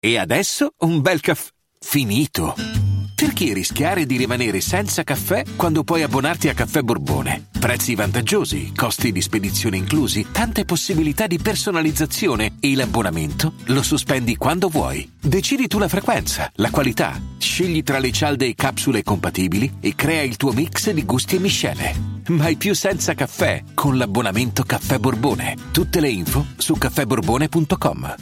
E adesso un bel caffè finito. Perché rischiare di rimanere senza caffè quando puoi abbonarti a Caffè Borbone? Prezzi vantaggiosi, costi di spedizione inclusi, tante possibilità di personalizzazione e l'abbonamento lo sospendi quando vuoi. Decidi tu la frequenza, la qualità, scegli tra le cialde e capsule compatibili e crea il tuo mix di gusti e miscele. Mai più senza caffè con l'abbonamento Caffè Borbone. Tutte le info su caffèborbone.com.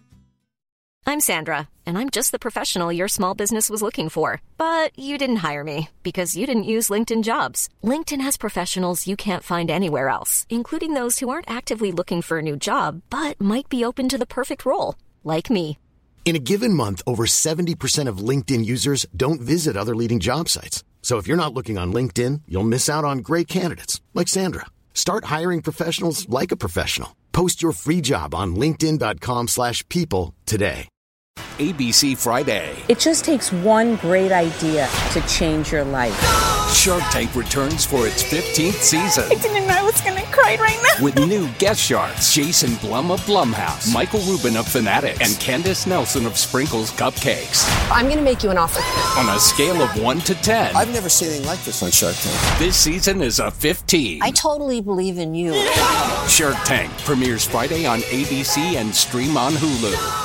I'm Sandra, and I'm just the professional your small business was looking for. But you didn't hire me because you didn't use LinkedIn Jobs. LinkedIn has professionals you can't find anywhere else, including those who aren't actively looking for a new job, but might be open to the perfect role, like me. In a given month, over 70% of LinkedIn users don't visit other leading job sites. So if you're not looking on LinkedIn, you'll miss out on great candidates like Sandra. Start hiring professionals like a professional. Post your free job on linkedin.com/people today. ABC Friday. It just takes one great idea to change your life. Shark Tank returns for its 15th season. I didn't know I was going to cry right now. With new guest sharks, Jason Blum of Blumhouse, Michael Rubin of Fanatics, and Candace Nelson of Sprinkles Cupcakes. I'm going to make you an offer. On a scale of 1 to 10. I've never seen anything like this on Shark Tank. This season is a 15. I totally believe in you. Shark Tank premieres Friday on ABC and stream on Hulu.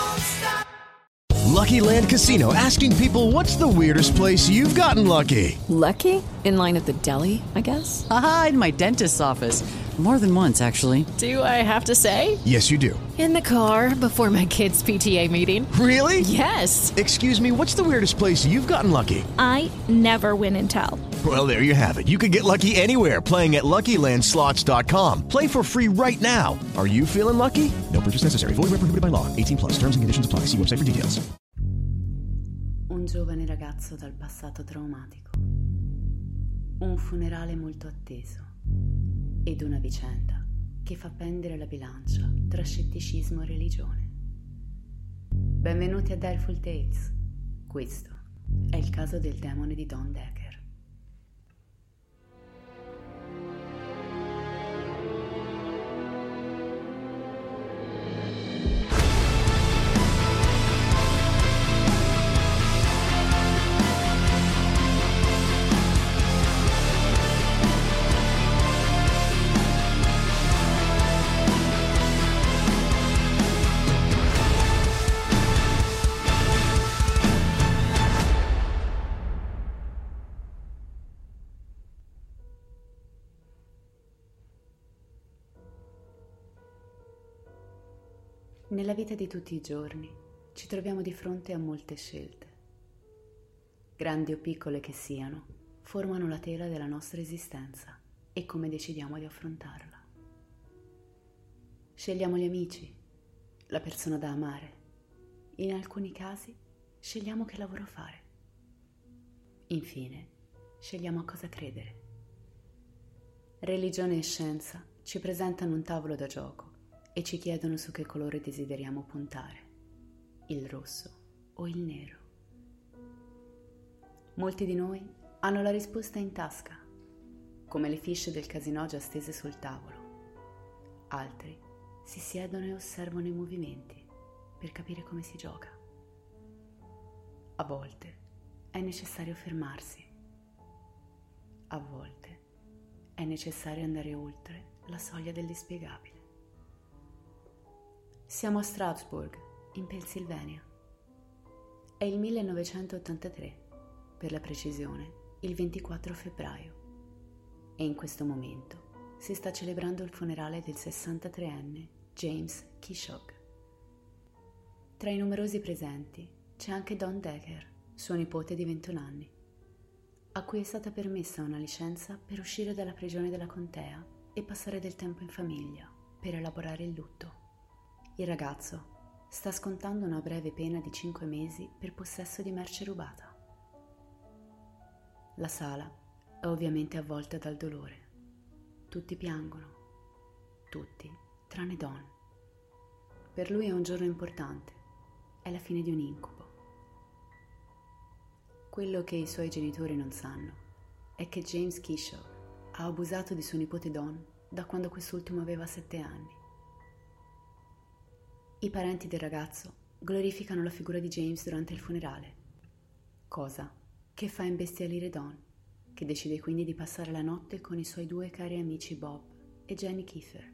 Lucky Land Casino, asking people, what's the weirdest place you've gotten lucky? Lucky? In line at the deli, I guess? Aha, in my dentist's office. More than once, actually. Do I have to say? Yes, you do. In the car before my kids' PTA meeting. Really? Yes. Excuse me, what's the weirdest place you've gotten lucky? I never win and tell. Well, there you have it. You can get lucky anywhere, playing at LuckyLandSlots.com. Play for free right now. Are you feeling lucky? No purchase necessary. Void where prohibited by law. 18+. Terms and conditions apply. See website for details. Un giovane ragazzo dal passato traumatico. Un funerale molto atteso. Ed una vicenda che fa pendere la bilancia tra scetticismo e religione. Benvenuti a Direful Tales. Questo è il caso del demone di Don Decker. Nella vita di tutti i giorni ci troviamo di fronte a molte scelte. Grandi o piccole che siano, formano la tela della nostra esistenza e come decidiamo di affrontarla. Scegliamo gli amici, la persona da amare. In alcuni casi scegliamo che lavoro fare. Infine, scegliamo a cosa credere. Religione e scienza ci presentano un tavolo da gioco e ci chiedono su che colore desideriamo puntare, il rosso o il nero. Molti di noi hanno la risposta in tasca, come le fiche del casinò già stese sul tavolo. Altri si siedono e osservano i movimenti per capire come si gioca. A volte è necessario fermarsi. A volte è necessario andare oltre la soglia dell'inspiegabile. Siamo a Stroudsburg, in Pennsylvania. È il 1983, per la precisione, il 24 febbraio. E in questo momento si sta celebrando il funerale del 63enne James Kishok. Tra i numerosi presenti c'è anche Don Decker, suo nipote di 21 anni, a cui è stata permessa una licenza per uscire dalla prigione della contea e passare del tempo in famiglia per elaborare il lutto. Il ragazzo sta scontando una breve pena di 5 mesi per possesso di merce rubata. La sala è ovviamente avvolta dal dolore. Tutti piangono. Tutti, tranne Don. Per lui è un giorno importante. È la fine di un incubo. Quello che i suoi genitori non sanno è che James Kishok ha abusato di suo nipote Don da quando quest'ultimo aveva 7 anni. I parenti del ragazzo glorificano la figura di James durante il funerale, cosa che fa imbestialire Dawn, che decide quindi di passare la notte con i suoi 2 cari amici Bob e Jenny Kiefer.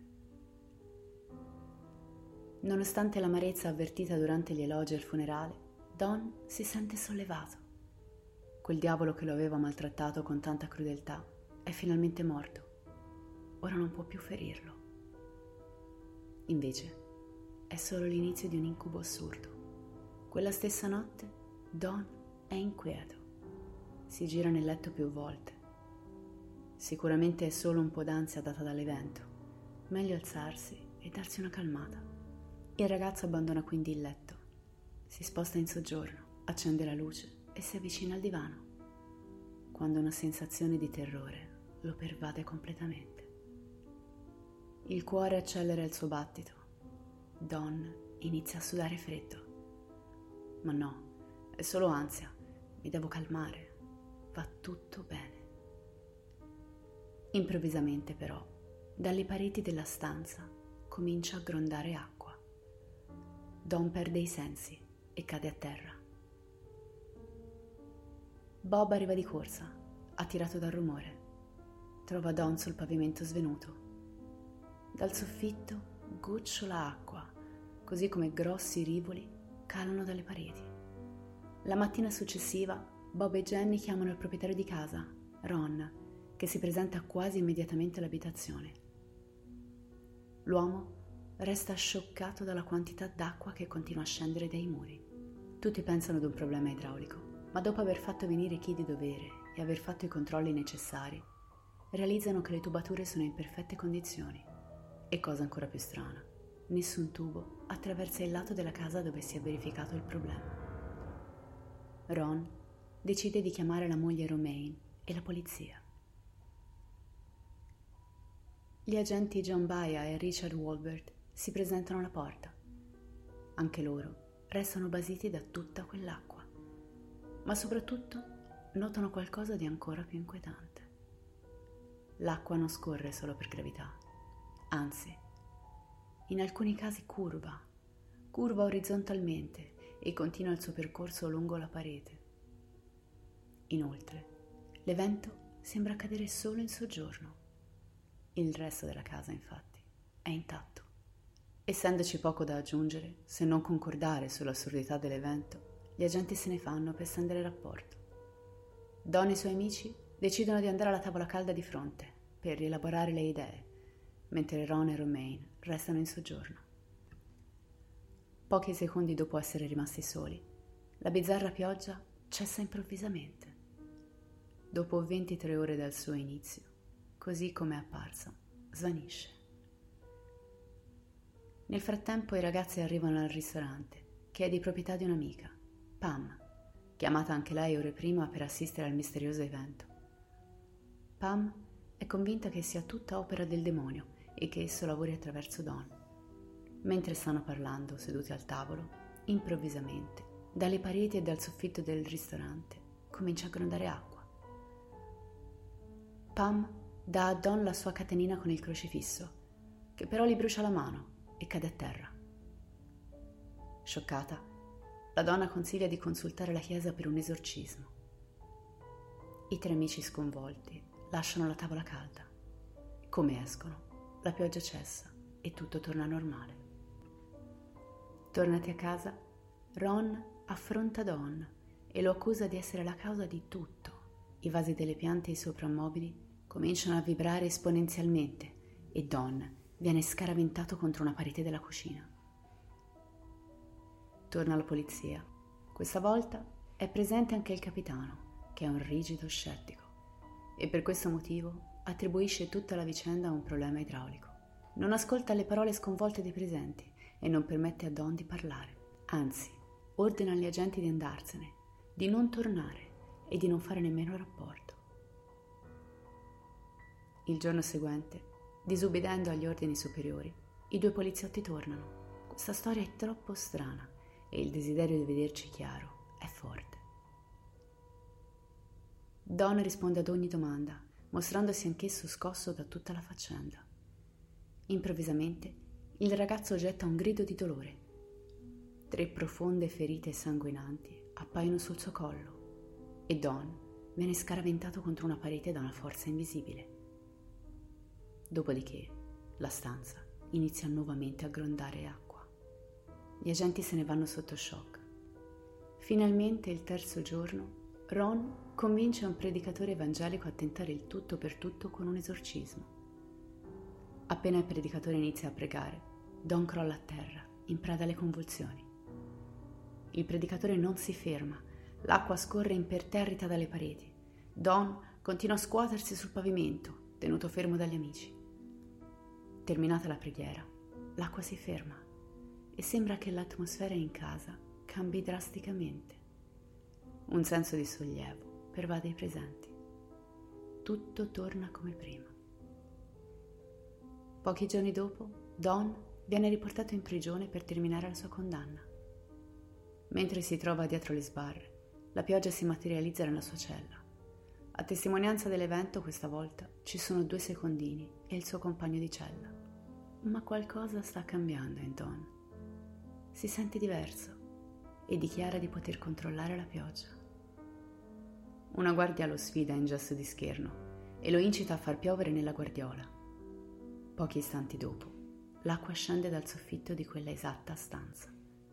Nonostante l'amarezza avvertita durante gli elogi al funerale, Dawn si sente sollevato. Quel diavolo che lo aveva maltrattato con tanta crudeltà è finalmente morto. Ora non può più ferirlo. Invece, è solo l'inizio di un incubo assurdo. Quella stessa notte, Dawn è inquieto. Si gira nel letto più volte. Sicuramente è solo un po' d'ansia data dall'evento. Meglio alzarsi e darsi una calmata. Il ragazzo abbandona quindi il letto. Si sposta in soggiorno, accende la luce e si avvicina al divano, quando una sensazione di terrore lo pervade completamente. Il cuore accelera il suo battito. Dawn inizia a sudare freddo. Ma no, è solo ansia. Mi devo calmare. Va tutto bene. Improvvisamente, però, dalle pareti della stanza comincia a grondare acqua. Dawn perde i sensi e cade a terra. Bob arriva di corsa, attirato dal rumore. Trova Dawn sul pavimento svenuto. Dal soffitto gocciola acqua, così come grossi rivoli calano dalle pareti. La mattina successiva, Bob e Jenny chiamano il proprietario di casa, Ron, che si presenta quasi immediatamente all'abitazione. L'uomo resta scioccato dalla quantità d'acqua che continua a scendere dai muri. Tutti pensano ad un problema idraulico, ma dopo aver fatto venire chi di dovere e aver fatto i controlli necessari, realizzano che le tubature sono in perfette condizioni. E cosa ancora più strana, nessun tubo attraversa il lato della casa dove si è verificato il problema. Ron decide di chiamare la moglie Romaine e la polizia. Gli agenti John Baia e Richard Walbert si presentano alla porta. Anche loro restano basiti da tutta quell'acqua, ma soprattutto notano qualcosa di ancora più inquietante. L'acqua non scorre solo per gravità. Anzi, in alcuni casi curva orizzontalmente e continua il suo percorso lungo la parete. Inoltre, l'evento sembra accadere solo in soggiorno. Il resto della casa, infatti, è intatto. Essendoci poco da aggiungere, se non concordare sull'assurdità dell'evento, gli agenti se ne fanno per stendere il rapporto. Dawn e i suoi amici decidono di andare alla tavola calda di fronte per rielaborare le idee, mentre Ron e Romaine restano in soggiorno. Pochi secondi dopo essere rimasti soli, la bizzarra pioggia cessa improvvisamente. Dopo 23 ore dal suo inizio, così come è apparsa, svanisce. Nel frattempo i ragazzi arrivano al ristorante, che è di proprietà di un'amica, Pam, chiamata anche lei ore prima per assistere al misterioso evento. Pam è convinta che sia tutta opera del demonio e che esso lavori attraverso Dawn. Mentre stanno parlando, seduti al tavolo, improvvisamente, dalle pareti e dal soffitto del ristorante, comincia a grondare acqua. Pam dà a Dawn la sua catenina con il crocifisso, che però gli brucia la mano e cade a terra. Scioccata, la donna consiglia di consultare la chiesa per un esorcismo. I 3 amici sconvolti lasciano la tavola calda. Come escono, la pioggia cessa e tutto torna normale. Tornati a casa, Ron affronta Dawn e lo accusa di essere la causa di tutto. I vasi delle piante e i soprammobili cominciano a vibrare esponenzialmente e Dawn viene scaraventato contro una parete della cucina. Torna alla polizia. Questa volta è presente anche il capitano, che è un rigido scettico, e per questo motivo attribuisce tutta la vicenda a un problema idraulico. Non ascolta le parole sconvolte dei presenti e non permette a Dawn di parlare. Anzi, ordina agli agenti di andarsene, di non tornare e di non fare nemmeno rapporto. Il giorno seguente, disubbidendo agli ordini superiori, i 2 poliziotti tornano. Questa storia è troppo strana e il desiderio di vederci chiaro è forte. Dawn risponde ad ogni domanda, mostrandosi anch'esso scosso da tutta la faccenda. Improvvisamente, il ragazzo getta un grido di dolore. 3 profonde ferite sanguinanti appaiono sul suo collo e Don viene scaraventato contro una parete da una forza invisibile. Dopodiché la stanza inizia nuovamente a grondare acqua. Gli agenti se ne vanno sotto shock. Finalmente, il terzo giorno, Ron convince un predicatore evangelico a tentare il tutto per tutto con un esorcismo. Appena il predicatore inizia a pregare, Don crolla a terra, in preda alle convulsioni. Il predicatore non si ferma, l'acqua scorre imperterrita dalle pareti. Don continua a scuotersi sul pavimento, tenuto fermo dagli amici. Terminata la preghiera, l'acqua si ferma e sembra che l'atmosfera in casa cambi drasticamente. Un senso di sollievo pervade i presenti. Tutto torna come prima. Pochi giorni dopo, Don viene riportato in prigione per terminare la sua condanna. Mentre si trova dietro le sbarre, la pioggia si materializza nella sua cella. A testimonianza dell'evento, questa volta, ci sono 2 secondini e il suo compagno di cella. Ma qualcosa sta cambiando in Don. Si sente diverso e dichiara di poter controllare la pioggia. Una guardia lo sfida in gesto di scherno e lo incita a far piovere nella guardiola. Pochi istanti dopo, l'acqua scende dal soffitto di quella esatta stanza.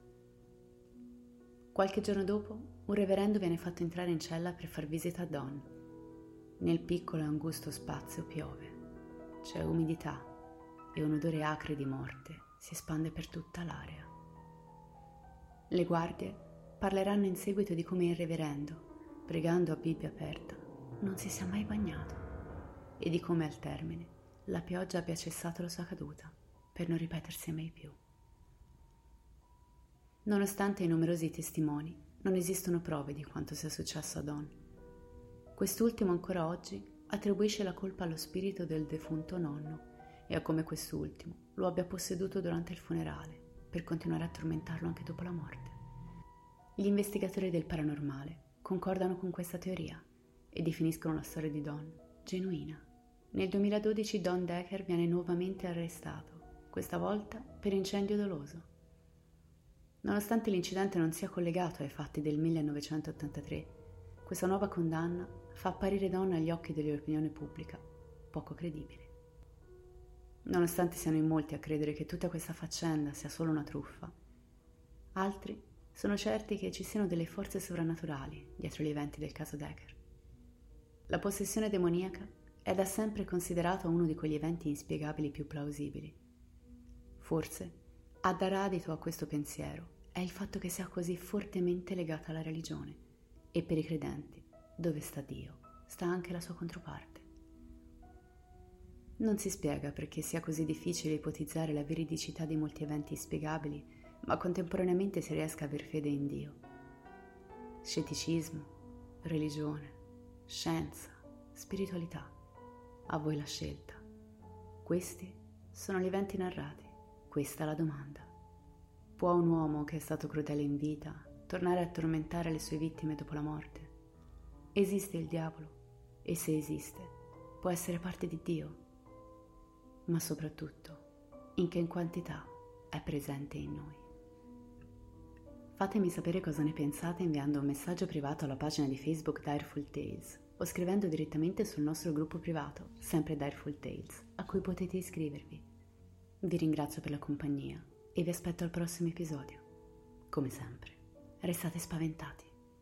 Qualche giorno dopo, un reverendo viene fatto entrare in cella per far visita a Don. Nel piccolo e angusto spazio piove. C'è umidità e un odore acre di morte si espande per tutta l'area. Le guardie parleranno in seguito di come il reverendo, pregando a Bibbia aperta, non si sia mai bagnato e di come al termine la pioggia abbia cessato la sua caduta per non ripetersi mai più. Nonostante i numerosi testimoni, non esistono prove di quanto sia successo a Don. Quest'ultimo ancora oggi attribuisce la colpa allo spirito del defunto nonno e a come quest'ultimo lo abbia posseduto durante il funerale per continuare a tormentarlo anche dopo la morte. Gli investigatori del paranormale concordano con questa teoria e definiscono la storia di Don genuina. Nel 2012 Don Decker viene nuovamente arrestato, questa volta per incendio doloso. Nonostante l'incidente non sia collegato ai fatti del 1983, questa nuova condanna fa apparire Don agli occhi dell'opinione pubblica poco credibile. Nonostante siano in molti a credere che tutta questa faccenda sia solo una truffa, altri sono certi che ci siano delle forze sovrannaturali dietro gli eventi del caso Decker. La possessione demoniaca è da sempre considerato uno di quegli eventi inspiegabili più plausibili. Forse, a dare adito a questo pensiero è il fatto che sia così fortemente legata alla religione e per i credenti, dove sta Dio, sta anche la sua controparte. Non si spiega perché sia così difficile ipotizzare la veridicità di molti eventi inspiegabili, ma contemporaneamente si riesca a aver fede in Dio. Scetticismo, religione, scienza, spiritualità. A voi la scelta. Questi sono gli eventi narrati. Questa è la domanda. Può un uomo che è stato crudele in vita tornare a tormentare le sue vittime dopo la morte? Esiste il diavolo? E se esiste, può essere parte di Dio? Ma soprattutto, in che quantità è presente in noi? Fatemi sapere cosa ne pensate inviando un messaggio privato alla pagina di Facebook Direful Tales o scrivendo direttamente sul nostro gruppo privato, sempre Direful Tales, a cui potete iscrivervi. Vi ringrazio per la compagnia e vi aspetto al prossimo episodio. Come sempre, restate spaventati.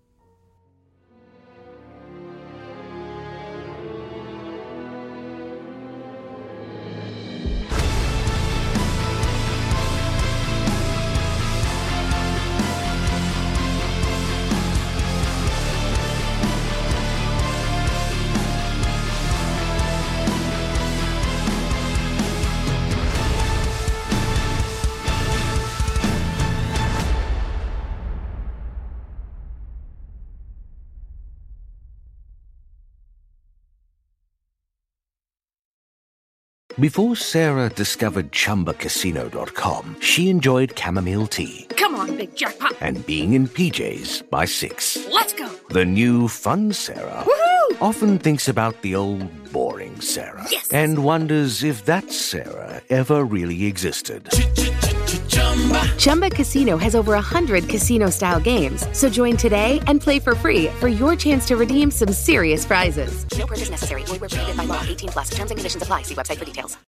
Before Sarah discovered ChumbaCasino.com, she enjoyed chamomile tea. Come on, big jackpot. And being in PJs by 6. Let's go. The new fun Sarah Woohoo! often thinks about the old boring Sarah. Yes. And wonders if that Sarah ever really existed. Chumba Casino has over 100 casino-style games. So join today and play for free for your chance to redeem some serious prizes. No purchase necessary. Void where prohibited by law. 18+. Terms and conditions apply. See website for details.